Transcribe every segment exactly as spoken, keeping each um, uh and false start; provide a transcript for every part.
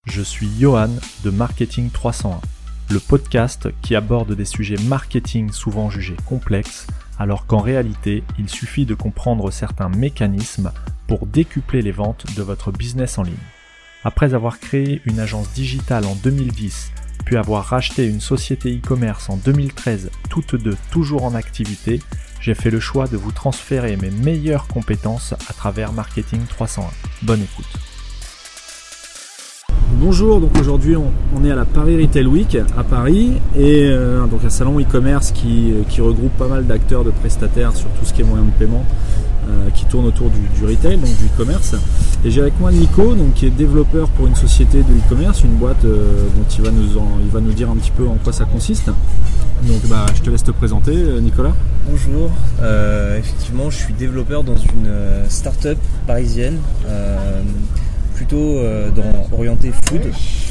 Je suis Johan de Marketing trois cent un, le podcast qui aborde des sujets marketing souvent jugés complexes, alors qu'en réalité, il suffit de comprendre certains mécanismes pour décupler les ventes de votre business en ligne. Après avoir créé une agence digitale en deux mille dix, puis avoir racheté une société e-commerce en deux mille treize, toutes deux toujours en activité, j'ai fait le choix de vous transférer mes meilleures compétences à travers Marketing trois cent un. Bonne écoute. Bonjour, donc aujourd'hui on, on est à la Paris Retail Week à Paris et euh, donc un salon e-commerce qui, qui regroupe pas mal d'acteurs, de prestataires sur tout ce qui est moyen de paiement euh, qui tourne autour du, du retail, donc du e-commerce. Et j'ai avec moi Nico, donc, qui est développeur pour une société de e-commerce, une boîte euh, dont il va, nous en, il va nous dire un petit peu en quoi ça consiste. Donc bah, je te laisse te présenter, Nicolas. Bonjour, euh, effectivement je suis développeur dans une euh, start-up parisienne. Euh, plutôt euh, dans, orienté food.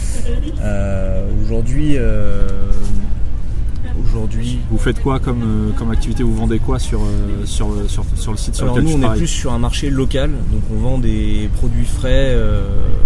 Euh, aujourd'hui, euh, aujourd'hui, vous faites quoi comme, euh, comme activité? Vous vendez quoi sur, euh, sur, sur, sur le site sur alors lequel nous, tu on travailles? est plus sur un marché local, donc on vend des produits frais euh,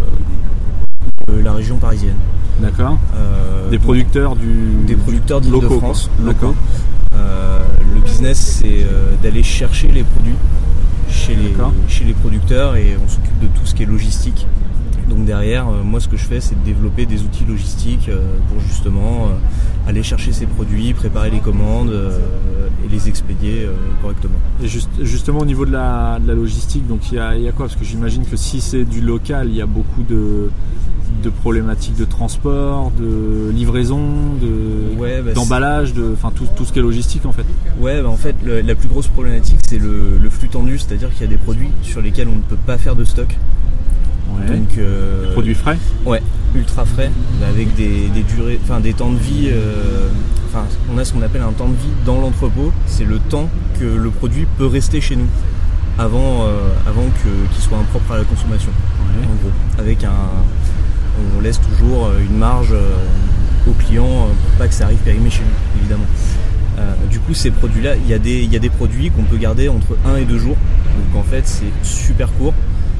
de la région parisienne. D'accord. Euh, des producteurs du des producteurs du, d'Île-de-France locaux. Euh, le business, c'est euh, d'aller chercher les produits chez les, chez les producteurs et on s'occupe de tout ce qui est logistique. Donc derrière, euh, moi ce que je fais, c'est de développer des outils logistiques euh, pour justement euh, aller chercher ces produits, préparer les commandes euh, et les expédier euh, correctement. Et juste, justement au niveau de la, de la logistique, donc il y a, il y a quoi? Parce que j'imagine que si c'est du local, il y a beaucoup de, de problématiques de transport, de livraison, de, ouais, bah d'emballage, de, enfin tout, tout ce qui est logistique en fait. Ouais, bah en fait le, la plus grosse problématique c'est le, le flux tendu, c'est-à-dire qu'il y a des produits sur lesquels on ne peut pas faire de stock. Ouais. Donc, euh, des produits frais. Ouais, ultra frais, avec des, des durées, enfin des temps de vie. Euh, enfin, on a ce qu'on appelle un temps de vie dans l'entrepôt. C'est le temps que le produit peut rester chez nous avant, euh, avant que, qu'il soit impropre à la consommation. Ouais. En gros, avec un, on laisse toujours une marge euh, au client pour pas que ça arrive périmé chez lui, évidemment. Euh, du coup, ces produits-là, il y a des, il y a des produits qu'on peut garder entre un et deux jours. Donc en fait, c'est super court.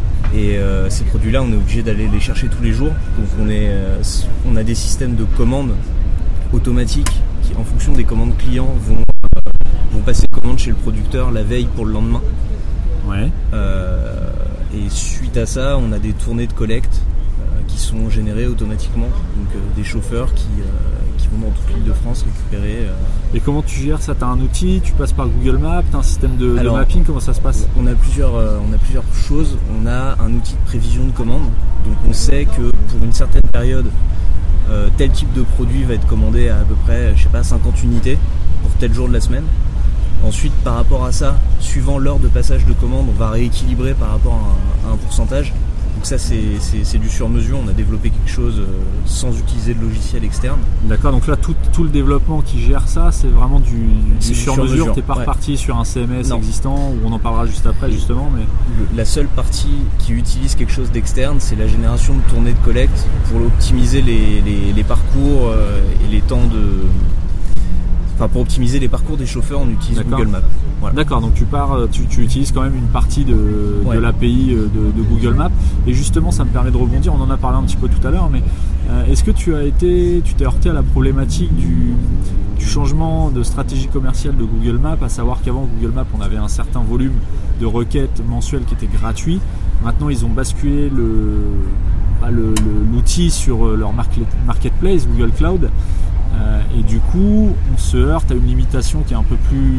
Et euh, ces produits-là, on est obligé d'aller les chercher tous les jours. Donc on, est, euh, on a des systèmes de commandes automatiques qui, en fonction des commandes clients, vont, euh, vont passer commande chez le producteur la veille pour le lendemain. Ouais. Euh, et suite à ça, on a des tournées de collecte euh, qui sont générées automatiquement. Donc euh, des chauffeurs qui, euh, qui vont dans toute l'île de France récupérer. Euh, Et comment tu gères ça? Tu as un outil, tu passes par Google Maps, tu as un système de, Alors, de mapping, comment ça se passe? on a, plusieurs, euh, on a plusieurs choses. On a un outil de prévision de commande. Donc on sait que pour une certaine période, euh, tel type de produit va être commandé à à peu près, je sais pas, cinquante unités pour tel jour de la semaine. Ensuite, par rapport à ça, suivant l'heure de passage de commande, on va rééquilibrer par rapport à un, à un pourcentage. Donc ça c'est, c'est, c'est du sur-mesure, on a développé quelque chose euh, sans utiliser de logiciel externe. D'accord, donc là tout, tout le développement qui gère ça, c'est vraiment du, du sur-mesure, t'es pas ouais. reparti sur un C M S non. existant, où on en parlera juste après justement. Mais Le, la seule partie qui utilise quelque chose d'externe, c'est la génération de tournées de collecte pour optimiser les, les, les parcours euh, et les temps de... Enfin, pour optimiser les parcours des chauffeurs, on utilise D'accord. Google Maps. Voilà. D'accord, donc tu pars, tu, tu utilises quand même une partie de, ouais. de l'A P I de, de Google Maps. Et justement, ça me permet de rebondir. On en a parlé un petit peu tout à l'heure, mais euh, est-ce que tu as été, tu t'es heurté à la problématique du, du changement de stratégie commerciale de Google Maps, à savoir qu'avant Google Maps, on avait un certain volume de requêtes mensuelles qui étaient gratuits. Maintenant, ils ont basculé le, bah, le, le, l'outil sur leur market, marketplace Google Cloud. Euh, et du coup, on se heurte à une limitation qui est un peu plus,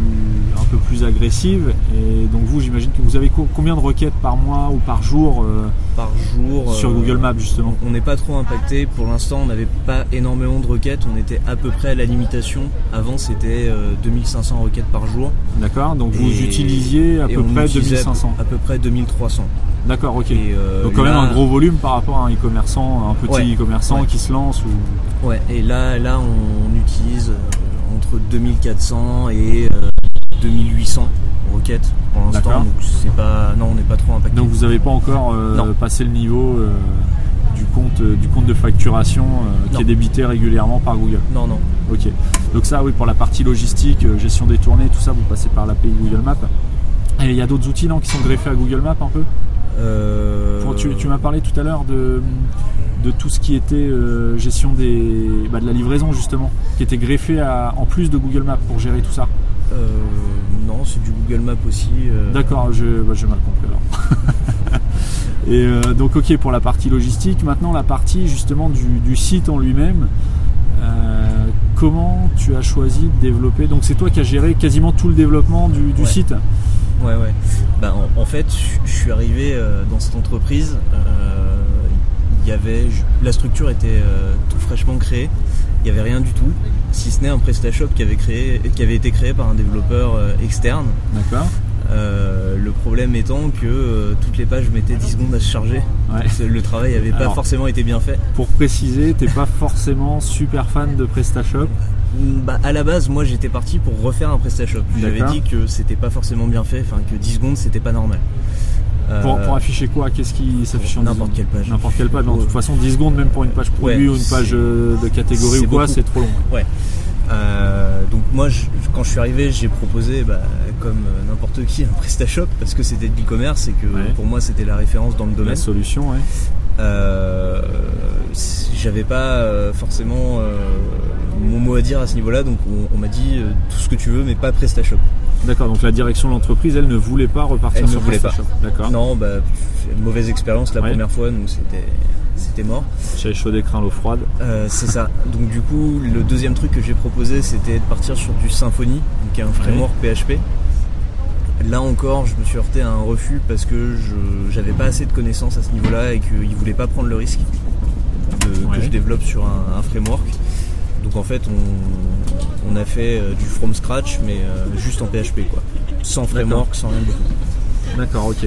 un peu plus agressive. Et donc vous, j'imagine que vous avez co- combien de requêtes par mois ou par jour euh, Par jour sur euh, Google Maps justement? On n'est pas trop impacté. Pour l'instant, on n'avait pas énormément de requêtes. On était à peu près à la limitation. Avant, c'était euh, deux mille cinq cents requêtes par jour. D'accord. Donc vous et, utilisiez à peu près deux mille cinq cents. À peu près deux mille trois cents. D'accord, ok. Et euh, donc quand là, même un gros volume par rapport à un e-commerçant, un petit ouais, e-commerçant ouais. qui se lance ou... Ouais. Et là, là, on utilise euh, entre deux mille quatre cents et euh, deux mille huit cents requêtes pour l'instant. D'accord. Donc c'est pas, non, on n'est pas trop impacté. Donc vous n'avez pas encore euh, passé le niveau euh, du compte, euh, du compte de facturation euh, qui non. est débité régulièrement par Google. Non, non. Ok. Donc ça, oui, pour la partie logistique, euh, gestion des tournées, tout ça, vous passez par l'A P I Google Maps. Et il y a d'autres outils non, qui sont greffés à Google Maps un peu. Euh... Pour, tu, tu m'as parlé tout à l'heure de, de tout ce qui était euh, gestion des, bah, de la livraison justement, qui était greffé à, en plus de Google Maps pour gérer tout ça? euh, Non, c'est du Google Maps aussi. Euh... D'accord, je, bah, j'ai mal compris alors. Et euh, donc ok pour la partie logistique. Maintenant la partie justement du, du site en lui-même. Euh, comment tu as choisi de développer? Donc c'est toi qui as géré quasiment tout le développement du, du ouais. site? Ouais ouais. Bah, en, en fait je suis arrivé euh, dans cette entreprise. Euh, y avait, la structure était euh, tout fraîchement créée. Il n'y avait rien du tout, si ce n'est un PrestaShop qui avait, créé, qui avait été créé par un développeur euh, externe. D'accord. Euh, le problème étant que euh, toutes les pages mettaient dix secondes à se charger. Ouais. Le travail n'avait pas forcément été bien fait. Pour préciser, t'es pas forcément super fan de PrestaShop? Bah, à la base, moi j'étais parti pour refaire un PrestaShop. J'avais dit que c'était pas forcément bien fait, enfin que dix secondes c'était pas normal. Pour, pour afficher quoi? Qu'est-ce qui s'affiche en n'importe quelle page? N'importe quelle page. De toute façon, dix secondes, même pour une page produit ouais, ou une page de catégorie ou quoi, c'est trop long. Ouais. Euh, donc moi, je, quand je suis arrivé, j'ai proposé, bah, comme n'importe qui, un PrestaShop parce que c'était de l'e-commerce et que ouais. pour moi, c'était la référence dans le domaine. La solution, ouais. Euh, j'avais pas euh, forcément euh, mon mot à dire à ce niveau-là, donc on, on m'a dit euh, tout ce que tu veux, mais pas PrestaShop. D'accord, donc la direction de l'entreprise, elle ne voulait pas repartir elle sur ne voulait PrestaShop. Pas. D'accord. Non, bah, une mauvaise expérience la ouais. première fois, donc c'était, c'était mort. J'avais chaud d'écran, l'eau froide. Euh, c'est ça. Donc du coup, le deuxième truc que j'ai proposé, c'était de partir sur du Symfony, qui est un framework ouais. P H P. Là encore, je me suis heurté à un refus parce que je j'avais pas assez de connaissances à ce niveau-là et qu'ils ne voulaient pas prendre le risque de, ouais. que je développe sur un, un framework. Donc en fait, on, on a fait euh, du from scratch, mais euh, juste en P H P, quoi. Sans framework, D'accord. sans rien de tout. D'accord, ok.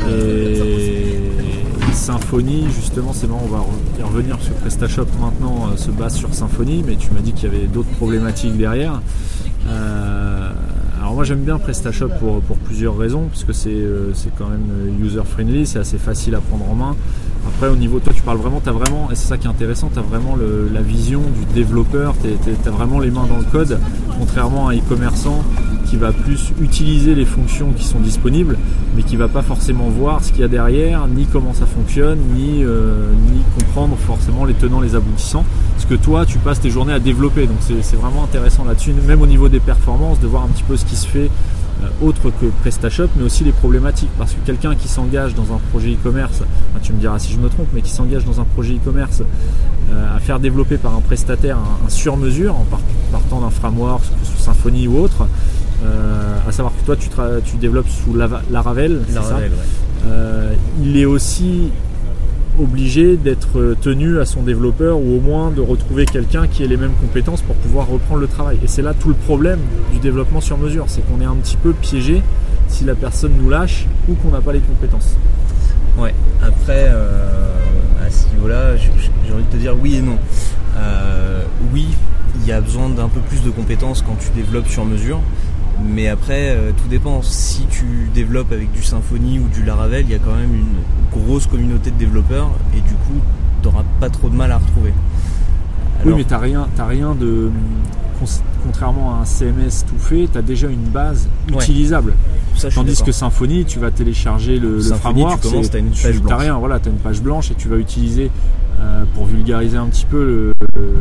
Et Symfony, justement, c'est bon, on va y revenir parce que PrestaShop maintenant euh, se base sur Symfony, mais tu m'as dit qu'il y avait d'autres problématiques derrière. Euh, alors moi j'aime bien PrestaShop pour, pour plusieurs raisons, parce que c'est, euh, c'est quand même user-friendly, c'est assez facile à prendre en main. Après au niveau, toi tu parles vraiment, t'as vraiment, et c'est ça qui est intéressant, tu as vraiment le, la vision du développeur, tu as vraiment les mains dans le code, contrairement à un e-commerçant qui va plus utiliser les fonctions qui sont disponibles, mais qui va pas forcément voir ce qu'il y a derrière, ni comment ça fonctionne, ni, euh, ni comprendre forcément les tenants, les aboutissants. Parce que toi, tu passes tes journées à développer, donc c'est, c'est vraiment intéressant là-dessus, même au niveau des performances, de voir un petit peu ce qui se fait euh, autre que PrestaShop, mais aussi les problématiques. Parce que quelqu'un qui s'engage dans un projet e-commerce, enfin, tu me diras si je me trompe, mais qui s'engage dans un projet e-commerce euh, à faire développer par un prestataire un, un sur-mesure, en part, partant d'un framework, sous Symfony ou autre, Euh, à savoir que toi tu, tra- tu développes sous Lava- Laravel, c'est Laravel, ça ouais. euh, il est aussi obligé d'être tenu à son développeur ou au moins de retrouver quelqu'un qui ait les mêmes compétences pour pouvoir reprendre le travail. Et c'est là tout le problème du développement sur mesure, c'est qu'on est un petit peu piégé si la personne nous lâche ou qu'on n'a pas les compétences. Ouais, après euh, à ce niveau-là, j'ai envie de te dire oui et non. Euh, oui, il y a besoin d'un peu plus de compétences quand tu développes sur mesure. Mais après, euh, tout dépend. Si tu développes avec du Symfony ou du Laravel, il y a quand même une grosse communauté de développeurs et du coup, tu n'auras pas trop de mal à retrouver. Alors, oui, mais tu n'as rien, t'as rien de... Contrairement à un C M S tout fait, tu as déjà une base ouais. utilisable. Ça, Tandis que Symfony, tu vas télécharger le, Symfony, le framework. Tu commences, tu as une page tu, blanche. T'as rien, voilà, tu as une page blanche et tu vas utiliser, euh, pour vulgariser un petit peu le,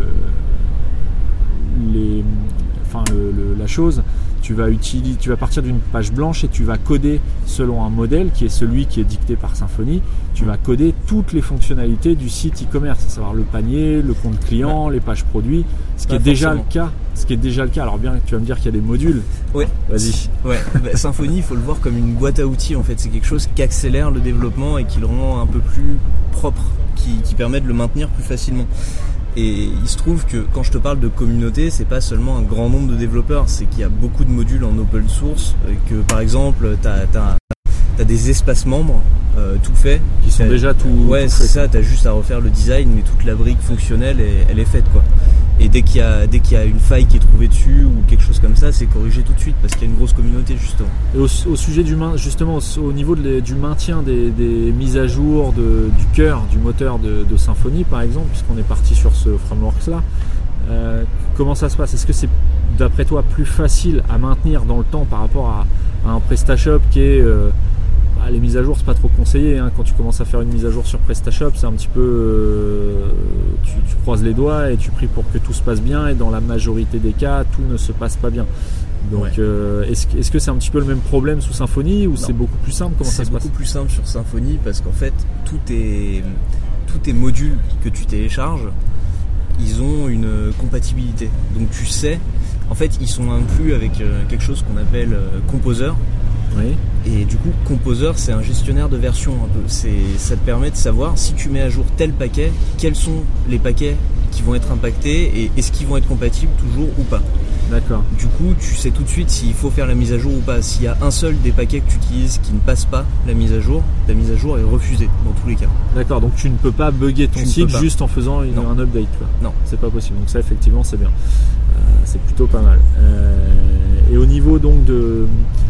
les, enfin, le, le, la chose, tu vas, utiliser, tu vas partir d'une page blanche et tu vas coder selon un modèle qui est celui qui est dicté par Symfony. Tu vas coder toutes les fonctionnalités du site e-commerce, à savoir le panier, le compte client, ouais. les pages produits, ce qui Pas est déjà forcément. le cas. Ce qui est déjà le cas. Alors bien, tu vas me dire qu'il y a des modules. Oui. Vas-y. Ouais. Bah, Symfony, il faut le voir comme une boîte à outils en fait. C'est quelque chose qui accélère le développement et qui le rend un peu plus propre, qui, qui permet de le maintenir plus facilement. Et il se trouve que quand je te parle de communauté, c'est pas seulement un grand nombre de développeurs, c'est qu'il y a beaucoup de modules en open source, que par exemple, tu as des espaces membres euh, tout faits. Qui sont déjà tout Ouais, tout c'est fait. ça, tu as juste à refaire le design, mais toute la brique fonctionnelle, est, elle est faite, quoi. Et dès qu'il y a, dès qu'il y a une faille qui est trouvée dessus ou quelque chose comme ça, c'est corrigé tout de suite parce qu'il y a une grosse communauté justement. Et au, au sujet du main, justement au, au niveau de les, du maintien des, des mises à jour de, du cœur du moteur de, de Symfony par exemple, puisqu'on est parti sur ce framework-là, euh, comment ça se passe? Est-ce que c'est d'après toi plus facile à maintenir dans le temps par rapport à, à un PrestaShop qui est euh, bah, les mises à jour c'est pas trop conseillé, hein. Quand tu commences à faire une mise à jour sur PrestaShop, c'est un petit peu euh, tu, tu croises les doigts et tu pries pour que tout se passe bien, et dans la majorité des cas tout ne se passe pas bien. Donc ouais. euh, est-ce, est-ce que c'est un petit peu le même problème sous Symfony, ou non. C'est beaucoup plus simple? Comment c'est ça se passe? C'est beaucoup plus simple sur Symfony, parce qu'en fait tous tes, tous tes modules que tu télécharges, ils ont une compatibilité. Donc tu sais, en fait ils sont inclus avec euh, quelque chose qu'on appelle euh, Composer. Oui. Et du coup, Composer, c'est un gestionnaire de version un peu. C'est, ça te permet de savoir si tu mets à jour tel paquet, quels sont les paquets qui vont être impactés et est-ce qu'ils vont être compatibles toujours ou pas. D'accord. Du coup, tu sais tout de suite s'il faut faire la mise à jour ou pas. S'il y a un seul des paquets que tu utilises qui ne passe pas la mise à jour, ta mise à jour est refusée dans tous les cas. D'accord, donc tu ne peux pas bugger ton tu site juste en faisant une, un update, quoi. Non. C'est pas possible. Donc ça, effectivement, c'est bien. Euh, c'est plutôt pas mal. Euh, et au niveau donc de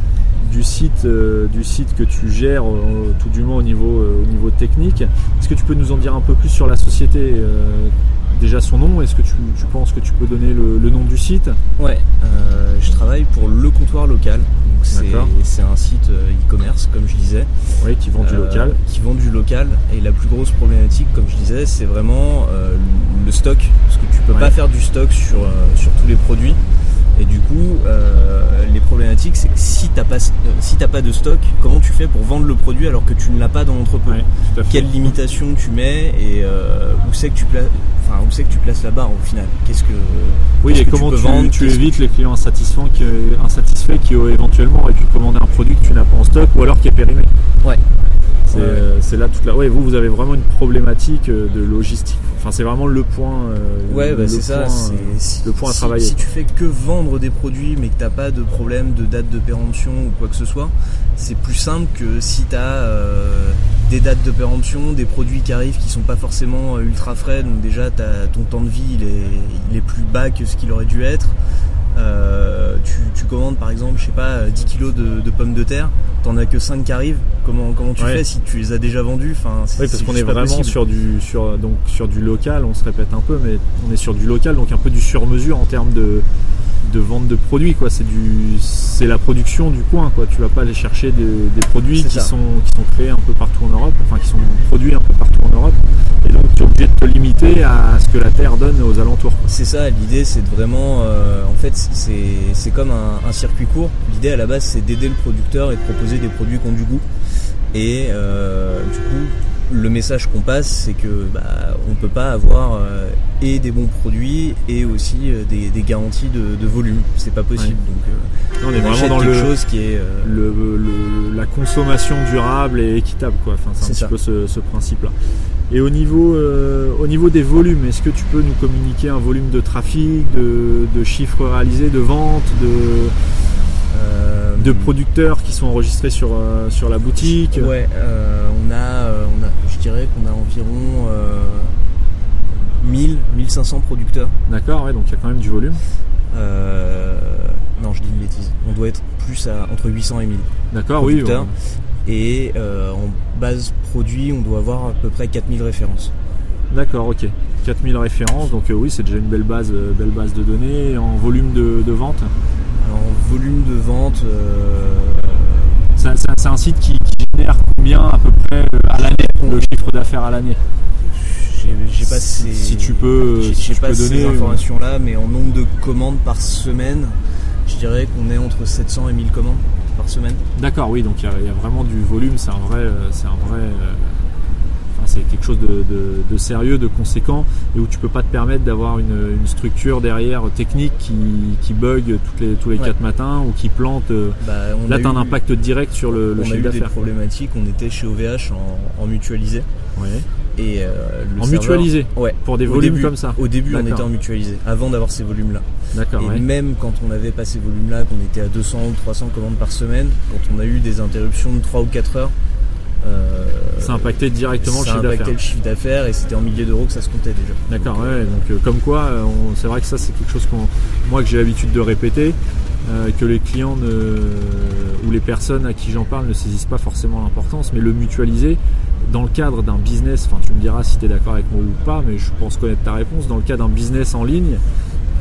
du site euh, du site que tu gères, euh, tout du moins au niveau euh, au niveau technique, est-ce que tu peux nous en dire un peu plus sur la société, euh, déjà son nom? Est-ce que tu, tu penses que tu peux donner le, le nom du site? Ouais, euh, je travaille pour Le Comptoir Local. Donc c'est, c'est un site euh, e-commerce, comme je disais. Oui, qui vend du euh, local. Qui vend du local. Et la plus grosse problématique, comme je disais, c'est vraiment euh, le stock. Parce que tu peux ouais. pas faire du stock sur, euh, sur tous les produits. Et du coup, euh, les problématiques, c'est que si t'as pas, si t'as pas de stock, comment tu fais pour vendre le produit alors que tu ne l'as pas dans l'entrepôt? Ouais, quelle limitation tu mets et euh, où c'est que tu places, enfin où c'est que tu places la barre au final? Qu'est-ce que oui, qu'est-ce et que comment tu, peux tu, vendre, tu évites que... les clients insatisfaits qui, insatisfaits qui éventuellement auraient pu commander un produit que tu n'as pas en stock ou alors qui est périmé? Ouais. C'est, ouais. euh, c'est là toute la. Ouais, vous, vous avez vraiment une problématique de logistique. Enfin, c'est vraiment le point. Euh, ouais, bah le c'est point, ça. C'est, euh, si, le point à si, travailler. Si tu fais que vendre des produits, mais que t'as pas de problème de date de péremption ou quoi que ce soit, c'est plus simple que si t'as euh, des dates de péremption, des produits qui arrivent qui sont pas forcément ultra frais. Donc déjà, t'as, ton temps de vie, il est, il est plus bas que ce qu'il aurait dû être. Euh, tu, tu commandes par exemple, je sais pas, dix kilos de, de pommes de terre, t'en as que cinq qui arrivent. Comment, comment tu ouais. fais si tu les as déjà vendus? Enfin, c'est, oui, parce c'est qu'on est vraiment sur du, sur, donc, sur du local, on se répète un peu, mais on est sur du local, donc un peu du sur-mesure en termes de, de vente de produits, quoi. C'est, du, c'est la production du coin, quoi. Tu vas pas aller chercher des, des produits qui sont, qui sont créés un peu partout en Europe, enfin qui sont produits un peu partout en Europe. Et donc tu es obligé de te limiter à ce que la terre donne aux alentours. C'est ça, l'idée c'est de vraiment, euh, en fait c'est, c'est comme un, un circuit court. L'idée à la base c'est d'aider le producteur et de proposer des produits qui ont du goût. Et euh, du coup le message qu'on passe c'est que bah, on peut pas avoir euh, et des bons produits et aussi euh, des, des garanties de, de volume. C'est pas possible. Ouais. Donc euh, on est on vraiment dans quelque le, chose qui est euh, le, le, la consommation durable et équitable, quoi. Enfin, c'est, c'est un petit peu ce, ce principe-là. Et au niveau, euh, au niveau des volumes, est-ce que tu peux nous communiquer un volume de trafic, de, de chiffres réalisés, de ventes, de, euh, de producteurs qui sont enregistrés sur, euh, sur la boutique? Ouais, euh, on, a, on a, je dirais qu'on a environ euh, mille, mille cinq cents producteurs. D'accord, ouais, donc il y a quand même du volume. Euh, non, je dis une bêtise. On doit être plus à entre huit cents et mille. D'accord, oui. Ouais. Et euh, en base produit, on doit avoir à peu près quatre mille références. D'accord, ok. quatre mille références, donc euh, oui, c'est déjà une belle base, euh, belle base de données. En volume de, de vente? Alors, en volume de vente... Euh... C'est, c'est, c'est un site qui, qui génère combien à peu près à l'année, le chiffre d'affaires à l'année? J'ai, j'ai pas ces... Si tu peux, j'ai, si j'ai tu pas peux ces donner... informations-là, mais en nombre de commandes par semaine, je dirais qu'on est entre sept cents et mille commandes par semaine. D'accord, oui, donc il y, y a vraiment du volume, c'est un vrai, c'est un vrai, euh, enfin, c'est quelque chose de, de, de sérieux, de conséquent, et où tu peux pas te permettre d'avoir une, une structure derrière technique qui, qui bug toutes les, tous les ouais. quatre matins ou qui plante. Bah, là, tu as un impact direct sur le, le chiffre d'affaires. On a eu des problématiques, on était chez O V H en, en mutualisé. Ouais. Et euh, le en serveur, mutualisé, ouais, pour des volumes début, comme ça. Au début, D'accord. on était en mutualisé, avant d'avoir ces volumes-là. D'accord. Et ouais. même quand on avait pas ces volumes-là, qu'on était à deux cents ou trois cents commandes par semaine, quand on a eu des interruptions de trois ou quatre heures, euh, ça impactait directement le chiffre d'affaires. Ça impactait le chiffre d'affaires et c'était en milliers d'euros que ça se comptait déjà. D'accord, donc, ouais. Euh, donc euh, comme quoi, on, c'est vrai que ça c'est quelque chose qu'on, moi que j'ai l'habitude de répéter, euh, que les clients ne, ou les personnes à qui j'en parle ne saisissent pas forcément l'importance, mais le mutualiser dans le cadre d'un business, enfin tu me diras si tu es d'accord avec moi ou pas, mais je pense connaître ta réponse, dans le cadre d'un business en ligne,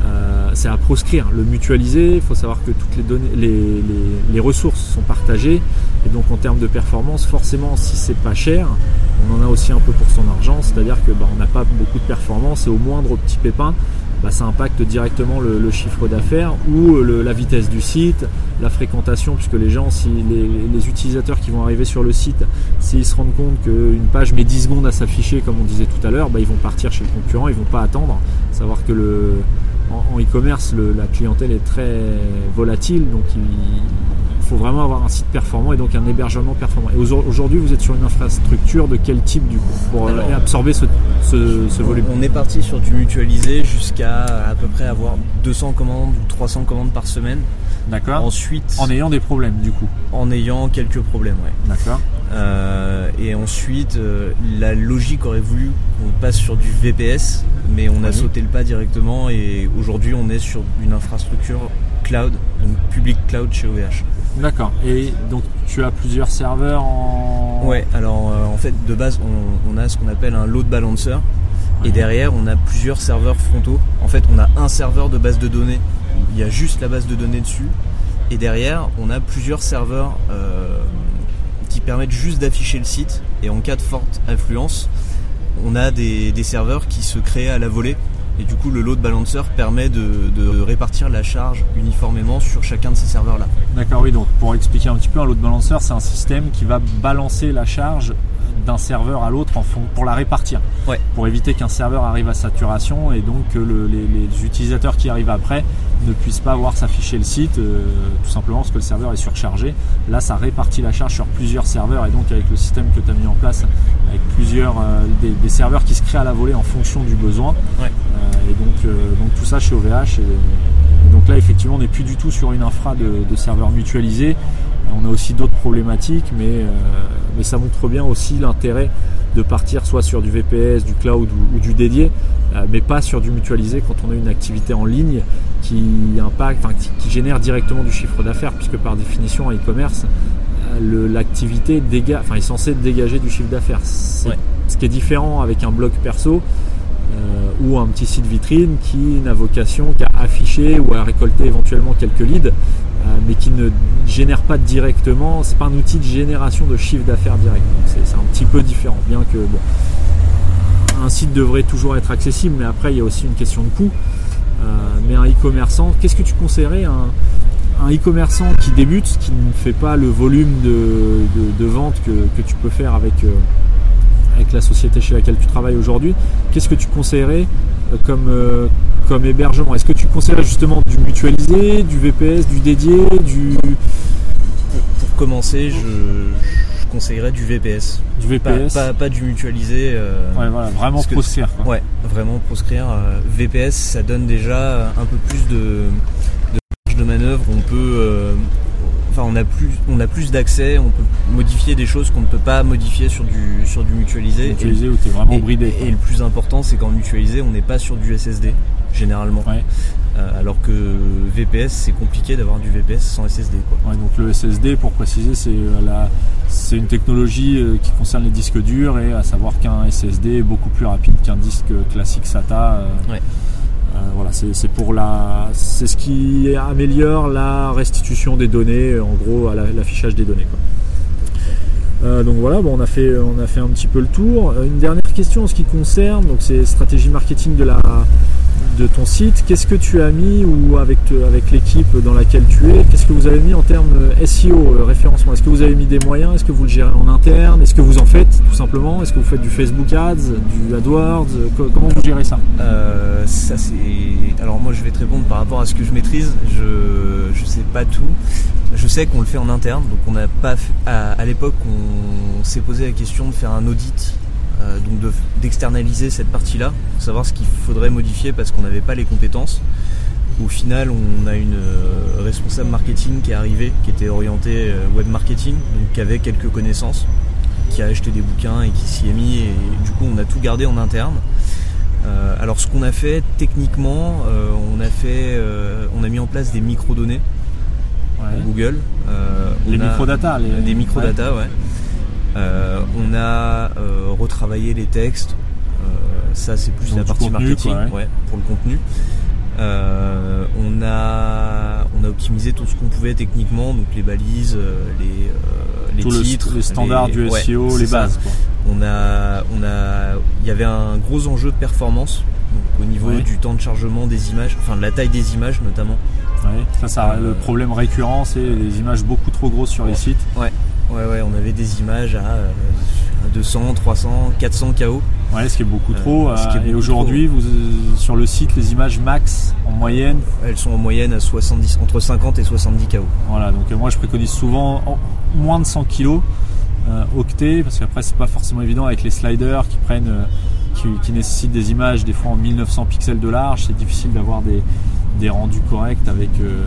Euh, c'est à proscrire. Le mutualiser, il faut savoir que toutes les données, les, les, les ressources sont partagées, et donc en termes de performance, forcément, si c'est pas cher, on en a aussi un peu pour son argent, c'est-à-dire que bah, on n'a pas beaucoup de performance, et au moindre petit pépin, bah, ça impacte directement le, le chiffre d'affaires ou le, la vitesse du site, la fréquentation, puisque les gens, si les, les utilisateurs qui vont arriver sur le site, s'ils se rendent compte qu'une page met dix secondes à s'afficher, comme on disait tout à l'heure, bah, ils vont partir chez le concurrent, ils vont pas attendre. Savoir que le, en, en e-commerce, le, la clientèle est très volatile, donc il, il faut vraiment avoir un site performant et donc un hébergement performant. Et aujourd'hui, vous êtes sur une infrastructure de quel type du coup pour Alors, absorber ce, ce, ce volume? On est parti sur du mutualisé jusqu'à à peu près avoir deux cents commandes ou trois cents commandes par semaine. D'accord. Ensuite, en ayant des problèmes du coup. En ayant quelques problèmes, ouais. D'accord. Euh, et ensuite, euh, la logique aurait voulu qu'on passe sur du V P S, mais on a oui. sauté le pas directement et aujourd'hui on est sur une infrastructure cloud, donc public cloud chez O V H. D'accord. Et donc tu as plusieurs serveurs en... Ouais, alors euh, en fait de base on, on a ce qu'on appelle un load balancer oui. et derrière on a plusieurs serveurs frontaux. En fait on a un serveur de base de données, il y a juste la base de données dessus et derrière on a plusieurs serveurs euh, qui permettent juste d'afficher le site et en cas de forte affluence on a des, des serveurs qui se créent à la volée. Et du coup, le load balancer permet de, de répartir la charge uniformément sur chacun de ces serveurs-là. D'accord, oui. Donc, pour expliquer un petit peu, un load balancer, c'est un système qui va balancer la charge d'un serveur à l'autre en fond, pour la répartir. Ouais. Pour éviter qu'un serveur arrive à saturation et donc que le, les, les utilisateurs qui arrivent après ne puissent pas voir s'afficher le site, euh, tout simplement parce que le serveur est surchargé. Là, ça répartit la charge sur plusieurs serveurs et donc avec le système que tu as mis en place, avec plusieurs euh, des, des serveurs qui se créent à la volée en fonction du besoin. Ouais. Euh, et donc, euh, donc tout ça chez O V H. Et, et donc là, effectivement, on n'est plus du tout sur une infra de, de serveurs mutualisés. On a aussi d'autres problématiques, mais, euh, mais ça montre bien aussi l'intérêt de partir soit sur du V P S, du cloud ou, ou du dédié, euh, mais pas sur du mutualisé quand on a une activité en ligne qui impacte, enfin, qui, qui génère directement du chiffre d'affaires, puisque par définition en e-commerce, euh, l'activité déga- enfin, est censée dégager du chiffre d'affaires. C'est, ouais. Ce qui est différent avec un blog perso euh, ou un petit site vitrine qui n'a vocation qu'à afficher ou à récolter éventuellement quelques leads, euh, mais qui ne génère pas directement, c'est pas un outil de génération de chiffre d'affaires direct. Donc c'est, c'est un petit peu différent, bien que bon, un site devrait toujours être accessible, mais après il y a aussi une question de coût. Euh, mais un e-commerçant, qu'est-ce que tu conseillerais à un, un e-commerçant qui débute, qui ne fait pas le volume de, de, de vente que, que tu peux faire avec, euh, avec la société chez laquelle tu travailles aujourd'hui? Qu'est-ce que tu conseillerais euh, comme, euh, comme hébergement? Est-ce que tu conseillerais justement du mutualisé, du V P S, du dédié, du... Pour, pour commencer, je, je conseillerais du V P S. Du V P S, pas, pas, pas du mutualisé. Euh, ouais, voilà, vraiment proscrire. Quoi. Ouais, vraiment proscrire. Euh, V P S, ça donne déjà un peu plus de, de marge de manœuvre. On peut, euh, enfin, on a plus, on a plus d'accès. On peut modifier des choses qu'on ne peut pas modifier sur du, sur du mutualisé. Mutualisé et, où t'es vraiment et, bridé. Et, et le plus important, c'est qu'en mutualisé, on n'est pas sur du S S D généralement. Ouais. Euh, alors que V P S, c'est compliqué d'avoir du V P S sans S S D, quoi. Ouais, donc le S S D, pour préciser, c'est, la, c'est une technologie qui concerne les disques durs, et à savoir qu'un S S D est beaucoup plus rapide qu'un disque classique SATA. Ouais. Euh, voilà, c'est, c'est, pour la, c'est ce qui améliore la restitution des données, en gros, à la, l'affichage des données, quoi. Euh, donc voilà, bon, on a fait, on a fait un petit peu le tour. Une dernière question en ce qui concerne, donc c'est stratégie marketing de la de ton site. Qu'est-ce que tu as mis, ou avec, avec l'équipe dans laquelle tu es, qu'est-ce que vous avez mis en termes S E O, référencement? Est-ce que vous avez mis des moyens? Est-ce que vous le gérez en interne? Est-ce que vous en faites tout simplement? Est-ce que vous faites du Facebook Ads, du AdWords? Comment vous gérez ça? euh, Ça c'est. Alors moi je vais te répondre par rapport à ce que je maîtrise. Je je sais pas tout. Je sais qu'on le fait en interne, donc on n'a pas fait... à, à l'époque on s'est posé la question de faire un audit. Euh, donc de, d'externaliser cette partie-là pour savoir ce qu'il faudrait modifier parce qu'on n'avait pas les compétences. Au final, on a une euh, responsable marketing qui est arrivée, qui était orientée euh, web marketing, donc qui avait quelques connaissances, qui a acheté des bouquins et qui s'y est mis, et du coup on a tout gardé en interne. Euh, alors ce qu'on a fait techniquement, euh, on a fait, euh, on a mis en place des microdonnées ouais. pour Google. Euh, les on a, microdata, les des microdata, ouais. ouais. Euh, on a euh, retravaillé les textes, euh, ça c'est plus donc la partie contenu, marketing, quoi, ouais. Ouais, pour le contenu. Euh, on a on a optimisé tout ce qu'on pouvait techniquement, donc les balises, les euh, les tout titres, le, les standards les, du S E O, ouais, les bases. Quoi. On a on a il y avait un gros enjeu de performance donc, au niveau ouais. du temps de chargement des images, enfin de la taille des images notamment. Ouais, ça, ça euh, le problème récurrent, c'est les images beaucoup trop grosses sur ouais. les sites. Ouais, ouais, ouais, on avait des images à euh, deux cents, trois cents, quatre cents K O. Ouais, ce qui est beaucoup trop. Euh, ce qui est beaucoup et aujourd'hui, trop. Vous, euh, sur le site, les images max en moyenne. Elles sont en moyenne à soixante-dix, entre cinquante et soixante-dix K O. Voilà, donc euh, moi je préconise souvent en, moins de cent kilos euh, octets, parce qu'après c'est pas forcément évident avec les sliders qui prennent, euh, qui, qui nécessitent des images des fois en mille neuf cents pixels de large. C'est difficile d'avoir des, des rendus corrects avec, euh,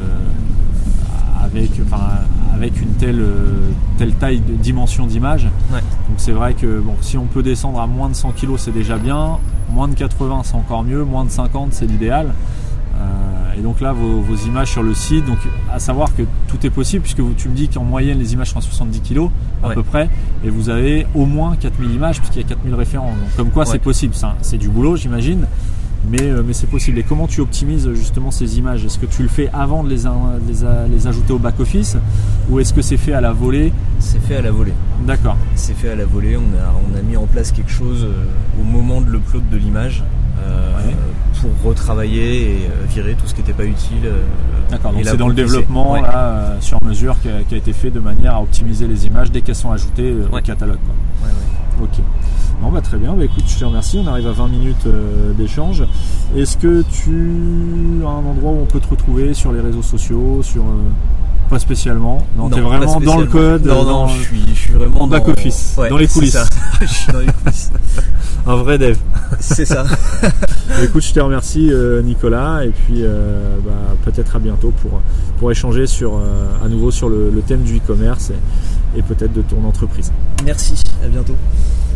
avec, enfin, avec une telle, euh, telle taille de dimension d'image. Ouais. Donc c'est vrai que bon, si on peut descendre à moins de cent kilos, c'est déjà bien. Moins de quatre-vingts, c'est encore mieux. Moins de cinquante, c'est l'idéal. Euh, et donc là, vos, vos images sur le site, donc à savoir que tout est possible, puisque vous, tu me dis qu'en moyenne, les images sont à soixante-dix kilos à ouais. peu près, et vous avez au moins quatre mille images, puisqu'il y a quatre mille références. Donc comme quoi, ouais. c'est possible. C'est, un, c'est du boulot, j'imagine. Mais, euh, mais c'est possible. Et comment tu optimises justement ces images ? Est-ce que tu le fais avant de les, a, les, a, les ajouter au back-office, ou est-ce que c'est fait à la volée ? C'est fait à la volée. D'accord. C'est fait à la volée. On a, on a mis en place quelque chose euh, au moment de l'upload de l'image euh, ouais. pour retravailler et euh, virer tout ce qui n'était pas utile. Euh, D'accord, donc c'est dans le développement ouais. là, euh, sur mesure qui a, qui a été fait de manière à optimiser les images dès qu'elles sont ajoutées euh, ouais. au catalogue. Quoi. Ouais, ouais. Ok. Bon bah très bien, bah écoute, je te remercie, on arrive à vingt minutes euh, d'échange. Est-ce que tu as un endroit où on peut te retrouver sur les réseaux sociaux, sur euh, pas spécialement. Non, non t'es vraiment dans le code. Non, dans, non, je suis, je suis vraiment en back dans... office, ouais, dans les coulisses. Je suis dans les coulisses. Un vrai dev. C'est ça. Écoute, je te remercie euh, Nicolas, et puis euh, bah, peut-être à bientôt pour, pour échanger sur, euh, à nouveau sur le, le thème du e-commerce et, et peut-être de ton entreprise. Merci, à bientôt.